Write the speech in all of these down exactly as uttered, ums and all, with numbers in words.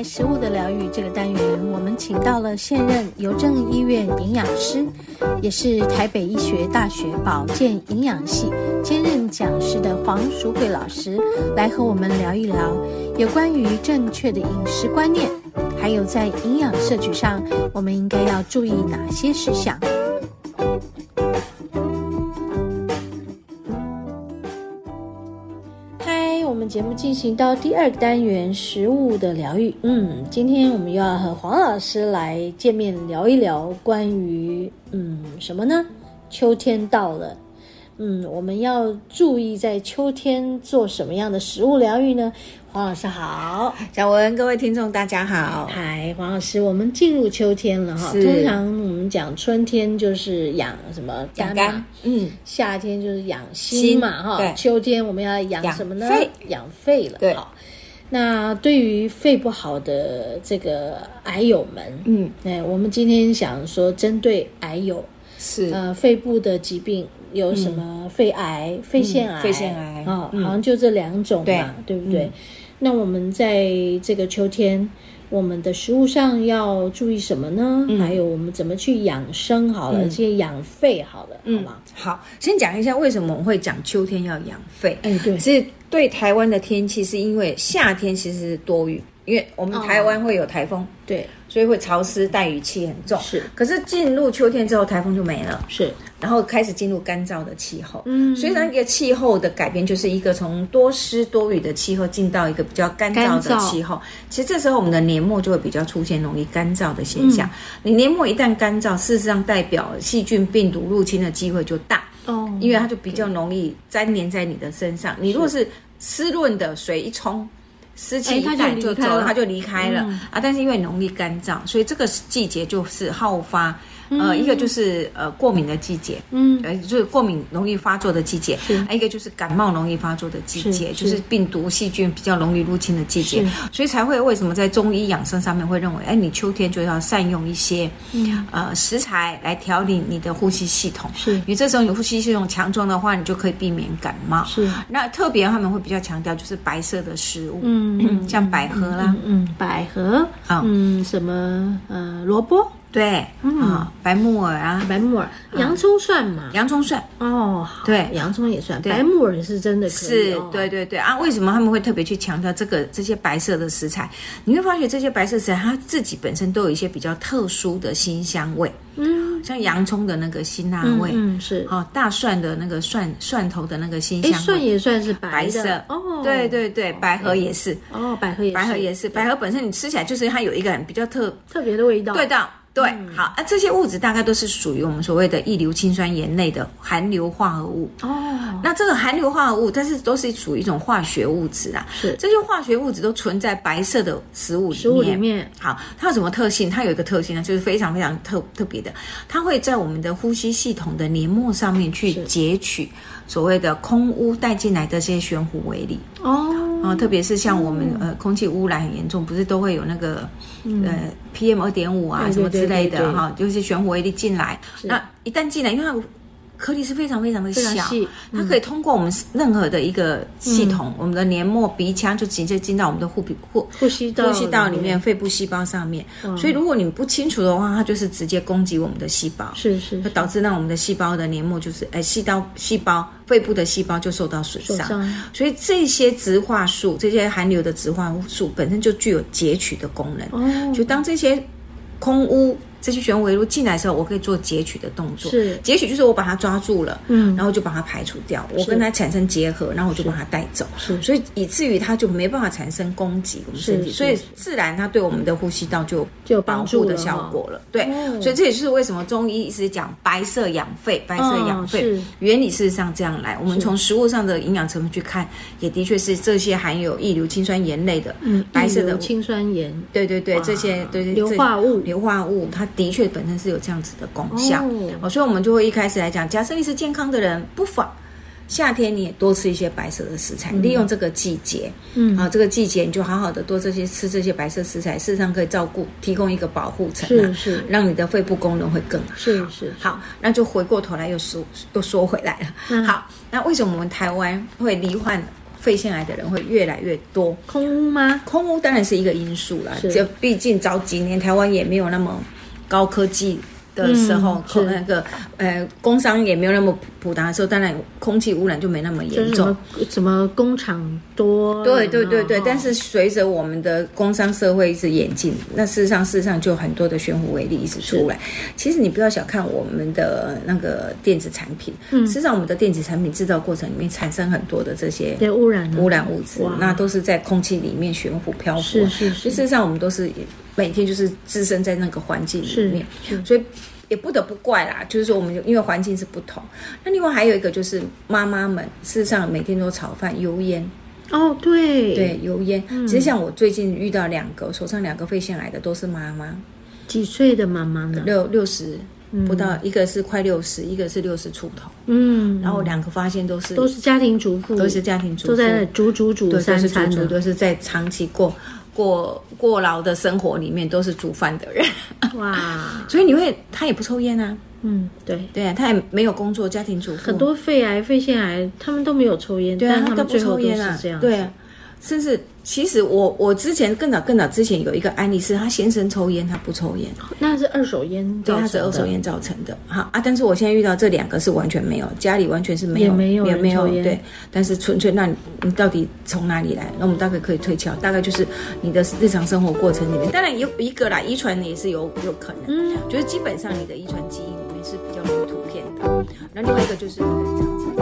食物的疗愈这个单元，我们请到了现任邮政医院营养师，也是台北医学大学保健营养系兼任讲师的黄淑慧老师，来和我们聊一聊有关于正确的饮食观念，还有在营养摄取上我们应该要注意哪些事项。我们节目进行到第二个单元，食物的疗愈。嗯，今天我们又要和黄老师来见面聊一聊关于嗯什么呢？秋天到了，嗯，我们要注意在秋天做什么样的食物疗愈呢？黄老师好。 小文，各位听众大家好。 嗨，黄老师，我们进入秋天了哈。通常我们讲春天就是养什么肝嘛，嗯，夏天就是养心嘛哈。对，秋天我们要养什么呢？养肺，养肺了。对，好。那对于肺不好的这个癌友们，嗯，哎，我们今天想说，针对癌友是呃肺部的疾病。有什么肺癌、嗯、肺腺癌、 肺腺癌哦，嗯、好像就这两种嘛，对，对不对？嗯、那我们在这个秋天，我们的食物上要注意什么呢？嗯、还有我们怎么去养生好了，这些、嗯、养肺好了，嗯、好吗？ 好，先讲一下为什么我们会讲秋天要养肺。 哎，对， 其实对台湾的天气，是因为夏天其实是多雨。因为我们台湾会有台风，哦、 对， 所以会潮湿，带雨气很重。 是， 可是进入秋天之后，台风就没了。 是， 然后开始进入干燥的气候。嗯，所以那个气候的改变，就是一个从多湿多雨的气候进到一个比较干燥的气候。其实这时候我们的黏膜就会比较出现容易干燥的现象。嗯、你黏膜一旦干燥，事实上代表细菌、病毒入侵的机会就大。哦，因为它就比较容易粘连在你的身上。你如果是湿润的水一冲。湿气一旦就走了，它就离开了、嗯、啊！但是因为容易干燥，所以这个季节就是好发，嗯、呃，一个就是呃过敏的季节，嗯，呃，就是过敏容易发作的季节，啊，一个就是感冒容易发作的季节，是就是病毒细菌比较容易入侵的季节，所以才会为什么在中医养生上面会认为，哎，你秋天就要善用一些、嗯、呃食材来调理你的呼吸系统，是，因为这时候你呼吸系统强壮的话，你就可以避免感冒。是，那特别他们会比较强调就是白色的食物，嗯。嗯，像百合啦， 嗯，嗯百合，啊、嗯，什么呃，萝卜， 对，嗯、啊，白木耳啊， 白木耳，洋葱算吗？ 洋葱算， 哦，对，洋葱也算，白木耳是真的可以， 是，哦、对对对啊，为什么他们会特别去强调这个这些白色的食材？你会发觉这些白色食材，它自己本身都有一些比较特殊的辛香味。嗯，像洋葱的那个辛辣味，嗯，嗯是，好、哦，大蒜的那个蒜蒜头的那个辛香味， 蒜也算是白的白色哦，对对对，百合也是， 哦，百合也是， 百合也是，百合本身你吃起来就是它有一个很比较特特别的味道， 味道。对，嗯、好啊，这些物质大概都是属于我们所谓的异硫氰酸盐类的含硫化合物。哦，那这个含硫化合物，它是都是属于一种化学物质啦。是，这些化学物质都存在白色的食物里面。 食物里面， 好，它有什么特性？它有一个特性呢，就是非常非常特特别的，它会在我们的呼吸系统的黏膜上面去截取所谓的空污带进来的这些悬浮微粒。哦。啊、呃，特别是像我们、嗯、呃空气污染很严重，不是都会有那个、嗯、呃 P M 二点五 啊什么之类的哈，就是悬浮微粒进来。那一旦进来，因为它颗粒是非常非常的小，它可以通过我们任何的一个系统，嗯、我们的黏膜、鼻腔就直接进到我们的呼鼻呼呼吸道呼吸道里面、肺部细胞上面。嗯、所以如果你不清楚的话，它就是直接攻击我们的细胞，是是，会导致让我们的细胞的黏膜就是哎细胞细胞肺部的细胞就受到损伤。所以这些植化素，这些含硫的植化素本身就具有截取的功能。哦，就当这些空污。这些悬浮微粒进来的时候，我可以做截取的动作。是截取就是我把它抓住了，嗯，然后就把它排除掉，我跟它产生结合，然后我就把它带走。是，所以以至于它就没办法产生攻击我们身体，所以自然它对我们的呼吸道就就有保护的效果了。对，哦、所以这也就是为什么中医一直讲白色养肺，白色养肺、哦、原理事实上这样来。我们从食物上的营养成分去看，也的确是这些含有异硫氰酸盐类的，嗯，白色的氰酸盐， 对对对，这些对对硫化物， 硫化物它。的确本身是有这样子的功效、哦哦、所以我们就会一开始来讲，假设你是健康的人，不妨夏天你也多吃一些白色的食材、嗯、利用这个季节，嗯，啊，这个季节你就好好的多这些吃这些白色食材，事实上可以照顾提供一个保护层、啊、是是，让你的肺部功能会更好。是 是, 是好，那就回过头来又说又说回来了、嗯、好，那为什么我们台湾会罹患肺腺癌的人会越来越多。 空污吗？ 空污当然是一个因素啦，就毕竟早几年台湾也没有那么高科技的时候，嗯、那个呃工商也没有那么普达的时候，当然空气污染就没那么严重。 什么什么工厂多？ 对对对对。但是随着我们的工商社会一直演进，那事实上事实上就很多的悬浮微粒一直出来。其实你不要小看我们的那个电子产品，嗯、事实上我们的电子产品制造过程里面产生很多的这些污染污染物质，那都是在空气里面悬浮漂浮。 是是是。 事实上我们都是每天就是置身在那个环境里面，所以也不得不怪啦，就是说我们因为环境是不同。那另外还有一个就是妈妈们，事实上每天都炒饭油烟。 哦，对对，油烟。嗯、其实像我最近遇到两个手上两个肺腺癌的都是妈妈， 几岁的妈妈呢？ 六六十不到，嗯、一个是快六十，一个是六十出头。嗯，然后两个发现都是都是家庭主妇， 都是家庭主妇， 都在煮煮煮三餐的， 都是都是在长期过。过过劳的生活里面都是煮饭的人，哇！所以你会，他也不抽烟啊， 嗯，对对啊，他也没有工作，家庭主妇。 很多肺癌、肺腺癌，他们都没有抽烟， 对啊， 但他们都不抽烟啊， 这样， 对啊，甚至其实我我之前更早更早之前有一个案例是，他先生抽烟，他不抽烟， 那是二手烟造成的， 对，他是二手烟造成的，哈啊！但是我现在遇到这两个是完全没有，家里完全是没有， 也没有也没有抽烟， 对，但是纯粹那你你到底从哪里来？那我们大概可以推敲，大概就是你的日常生活过程里面，当然有一个啦，遗传也是有有可能，嗯，就是基本上你的遗传基因里面是比较容易突变的，那另外一个就是你的长期。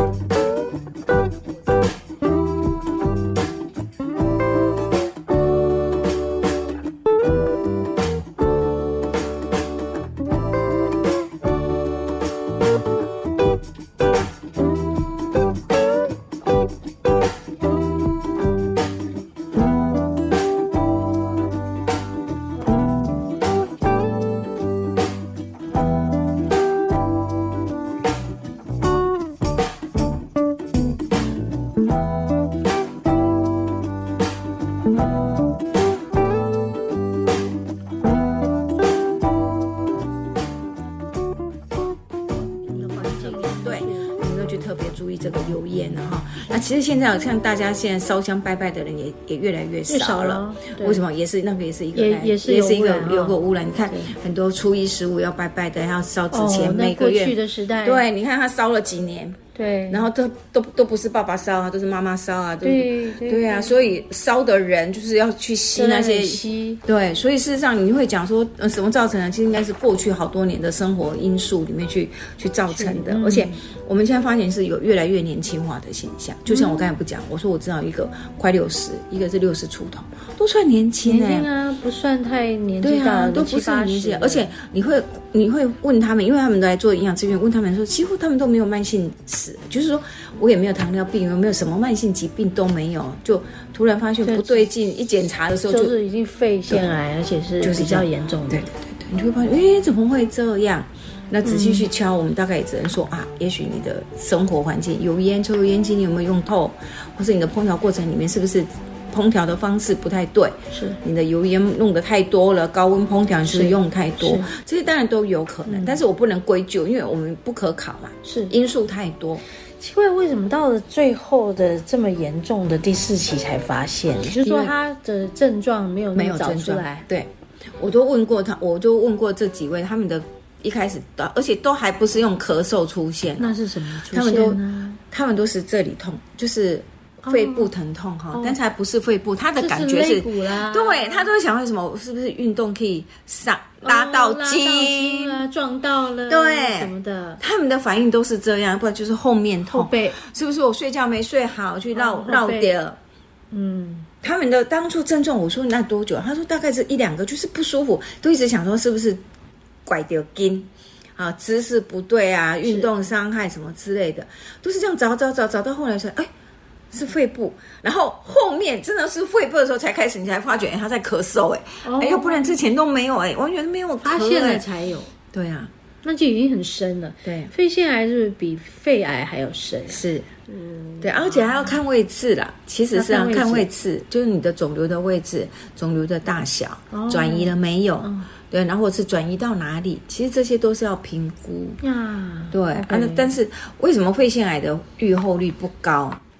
其实现在像大家现在烧香拜拜的人也也越来越少了，为什么？也是那个也是一个也也是也是一个有个污染。你看很多初一十五要拜拜的，要烧之前每个月， 过去的时代， 对，你看他烧了几年。 对， 然后都都都不是爸爸烧啊，都是妈妈烧啊，都对 对, 对啊，所以烧的人就是要去吸那些吸， 对，所以事实上你会讲说，呃，什么造成的？其实应该是过去好多年的生活因素里面去去造成的，嗯、而且我们现在发现是有越来越年轻化的现象。就像我刚才不讲，我说我知道一个快六十，一个是六十出头，都算年轻哎、欸， 年轻啊，不算太年纪大， 对啊，都不是年纪，而且你会你会问他们，因为他们都来做营养咨询，问他们说，几乎他们都没有慢性死，就是说。我也没有糖尿病，有没有什么慢性疾病都没有，就突然发现不对劲，一检查的时候 就, 就是已经肺腺癌，而且是比较严重的。 对对对对，你就会发现，哎，怎么会这样？那仔细去敲，嗯、我们大概也只能说啊，也许你的生活环境油烟、抽油烟机你有没有用透，或是你的烹调过程里面是不是烹调的方式不太对？ 是你的油烟弄得太多了，高温烹调是不是用太多？这些当然都有可能，嗯、但是我不能归咎，因为我们不可考嘛， 是因素太多。 奇怪，为什么到了最后的这么严重的第四期才发现？就是说他的症状没有那么早出来。 对，我都问过他，我都问过这几位，他们的一开始，而且都还不是用咳嗽出现， 那是什么出现呢？ 他们都他们都是这里痛，就是肺部疼痛哈，哦、但是还不是肺部，他的感觉是， 是肋骨啦， 对他都会想为什么是不是运动可以上。拉到筋啊，撞到了， 对什么的， 他们的反应都是这样，不然就是后面痛， 后背是不是我睡觉没睡好，去绕绕掉？嗯，他们的当初症状，我说那多久？他说大概是一两个，就是不舒服，都一直想说是不是拐掉筋啊，姿势不对啊，运动伤害什么之类的，都是这样找找找找到后来说，哎。是肺部，然后后面真的是肺部的时候才开始，你才发觉，哎，他在咳嗽，哎、哦，哎，要不然之前都没有，哎，完全没有咳， 发现了才有。 对啊， 那就已经很深了。 对， 肺腺癌是不是比肺癌还要深？ 是，嗯，对，而且还要看位置啦。其实是要看位置，就是你的肿瘤的位置、肿瘤的大小、哦、转移了没有。嗯对，然后或是转移到哪里，其实这些都是要评估呀。对、okay. 啊，但是为什么肺腺癌的预后率不高？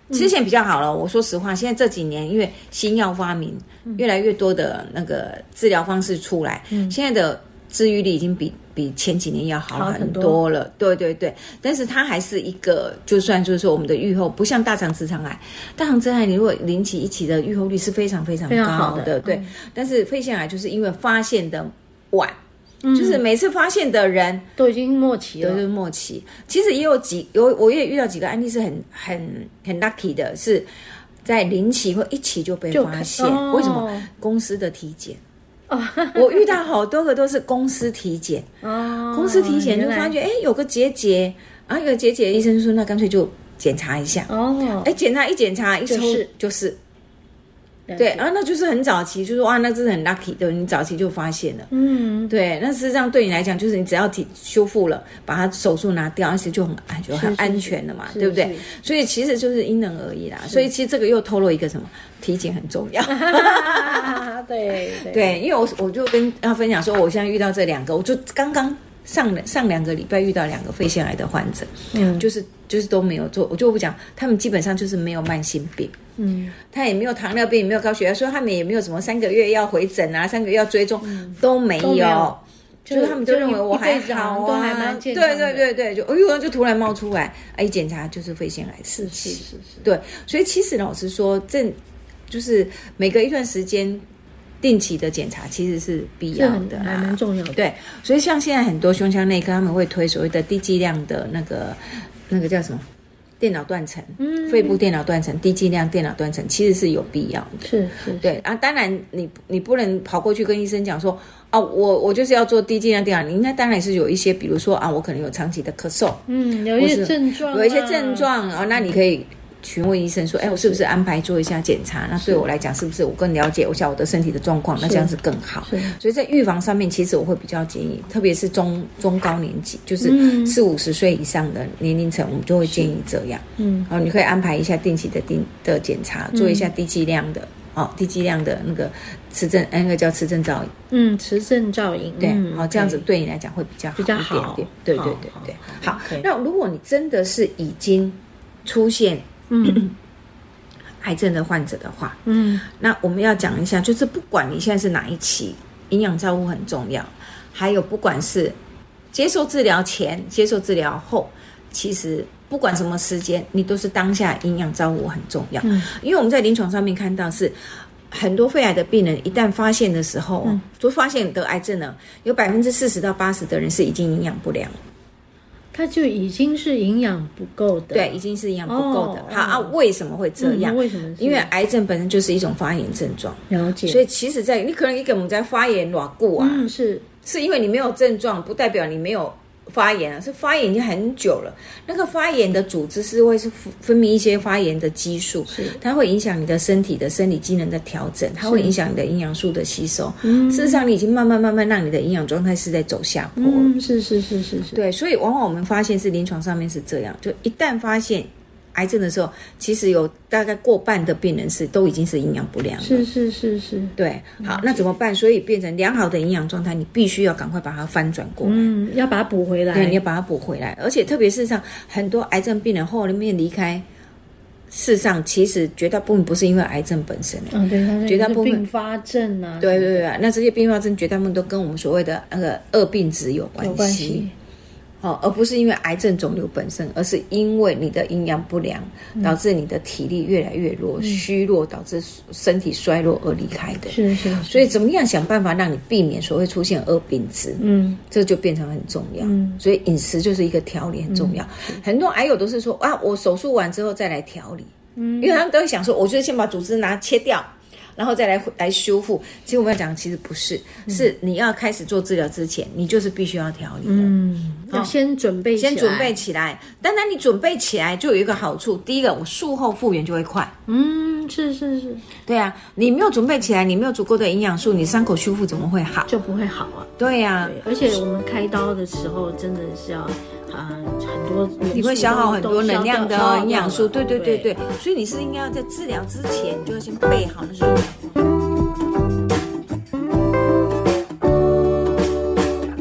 之前比较好了，我说实话，现在这几年因为新药发明，越来越多的那个治疗方式出来，嗯、现在的治愈力已经比比前几年要好很多了。对对对，但是它还是一个，就算就是说我们的预后不像大肠直肠癌，大肠直肠癌你如果零期一期的预后率是非常非常高的，的对、嗯。但是肺腺癌就是因为发现的晚。就是每次发现的人都已经末期了， 都是末期。其实也有几有，我也遇到几个案例是很很很 lucky 的，是在零期或一期就被发现。哦、为什么？公司的体检。哦、我遇到好多个都是公司体检。哦，公司体检就发觉，哎，有个结节，然后有个结节，医生说那干脆就检查一下。哦，哎，检查一检查一抽就是就是。对，然后那就是很早期，就是哇，那真的很 lucky 的，你早期就发现了。嗯，对，那事实上对你来讲，就是你只要体修复了，把它手术拿掉，而且就很安就很安全了嘛，对不对？所以其实就是因人而异啦。所以其实这个又透露一个什么？体检很重要。 对 对, 对，因为我我就跟他分享说，我现在遇到这两个，我就刚刚上上两个礼拜遇到两个肺腺癌的患者，嗯，就是就是都没有做，我就不讲，他们基本上就是没有慢性病。嗯，他也没有糖尿病，也没有高血压，所以他们也没有什么三个月要回诊啊，三个月要追踪、嗯、都没有，都没有就是他们就认为我还好啊， 都还蛮健康的。 对对对对，就哎呦，就突然冒出来，哎，一检查就是肺腺癌四期，是是是是，对，所以其实老实说，这就是每隔一段时间定期的检查其实是必要的， 还蛮重要的。 对，所以像现在很多胸腔内科他们会推所谓的低剂量的那个那个叫什么？电脑断层，嗯，肺部电脑断层，低剂量电脑断层其实是有必要的， 是是， 对啊。当然你你不能跑过去跟医生讲说，啊，我我就是要做低剂量电脑，你应该当然是有一些，比如说啊，我可能有长期的咳嗽， 嗯，有一些症状、啊， 有一些症状啊，那你可以询问医生说，哎，我是不是安排做一下检查？那对我来讲，是不是我更了解一下我的身体的状况？那这样是更好。所以在预防上面，其实我会比较建议，特别是中中高年级，就是四五十岁以上的年龄层，我们就会建议这样。嗯，然后你可以安排一下定期的定的检查，做一下低剂量的。哦，低剂量的那个磁振，那个叫磁振造影。 嗯，磁振造影。 对，好、嗯，这样子对你来讲会比较好一点点。比较好对对对对。好，好 okay. 那如果你真的是已经出现嗯癌症的患者的话，嗯，那我们要讲一下，就是不管你现在是哪一期，营养照顾很重要。还有不管是接受治疗前、接受治疗后，其实。不管什么时间，你都是当下营养照顾很重要。嗯，因为我们在临床上面看到是很多肺癌的病人，一旦发现的时候，嗯，就发现得癌症了，有百分之四十到八十的人是已经营养不良， 他就已经是营养不够的， 对，已经是营养不够的。哦、好啊，为什么会这样？ 嗯、为什么？ 因为癌症本身就是一种发炎症状， 了解。 所以其实在，在你可能一个我们在发炎软固啊， 嗯，是是因为你没有症状，不代表你没有。发炎啊，是发炎已经很久了。那个发炎的组织是会是分泌一些发炎的激素，它会影响你的身体的生理机能的调整，它会影响你的营养素的吸收。事实上，你已经慢慢慢慢让你的营养状态是在走下坡了。 嗯，是是是是是。 对，所以往往我们发现是临床上面是这样，就一旦发现癌症的时候，其实有大概过半的病人是都已经是营养不良了。 是是是是。 对，好，那怎么办？所以变成良好的营养状态，你必须要赶快把它翻转过来， 嗯，要把它补回来。 对，你要把它补回来。而且特别事实上，很多癌症病人后面离开，事实上其实绝大部分不是因为癌症本身， 嗯，对，它绝大部分并发症啊， 对对对，那这些并发症绝大部分都跟我们所谓的那个恶病质有关系。有关系哦，而不是因为癌症肿瘤本身，而是因为你的营养不良，嗯、导致你的体力越来越弱，嗯、虚弱导致身体衰弱而离开的。 是 是, 是。 所以怎么样想办法让你避免所谓出现恶病质？嗯，这就变成很重要。嗯，所以饮食就是一个调理很重要。嗯、很多癌友都是说啊，我手术完之后再来调理，嗯，因为他们都会想说，我就先把组织拿切掉。然后再来来修复，其实我们要讲，其实不是，嗯、是你要开始做治疗之前，你就是必须要调理的， 嗯，要先准备起来， 先准备起来。当然，你准备起来就有一个好处，第一个，我术后复原就会快， 嗯，是是是， 对啊，你没有准备起来，你没有足够的营养素，你伤口修复怎么会好？ 就不会好啊， 对啊， 对，而且我们开刀的时候真的是要。啊，很多你会消耗很多能量的营养素，对对对对，所以你是应该要在治疗之前就要先备好那个。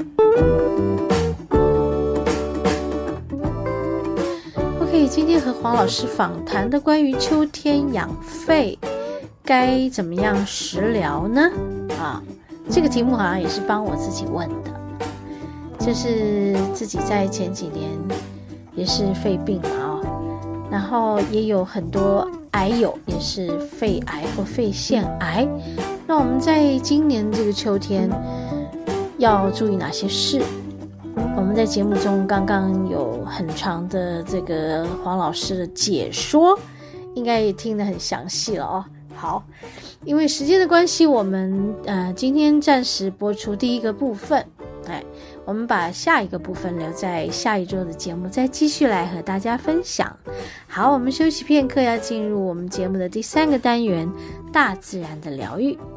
OK， 今天和黄黄老师访谈的关于秋天养肺该怎么样食疗呢？啊，这个题目好像也是帮我自己问的，就是自己在前几年也是肺病嘛啊、哦，然后也有很多癌友也是肺癌或肺腺癌。那我们在今年这个秋天要注意哪些事？我们在节目中刚刚有很长的这个黄老师的解说，应该也听得很详细了哦。好，因为时间的关系，我们呃今天暂时播出第一个部分，哎，我们把下一个部分留在下一周的节目再继续来和大家分享。好，我们休息片刻，要进入我们节目的第三个单元——大自然的疗愈。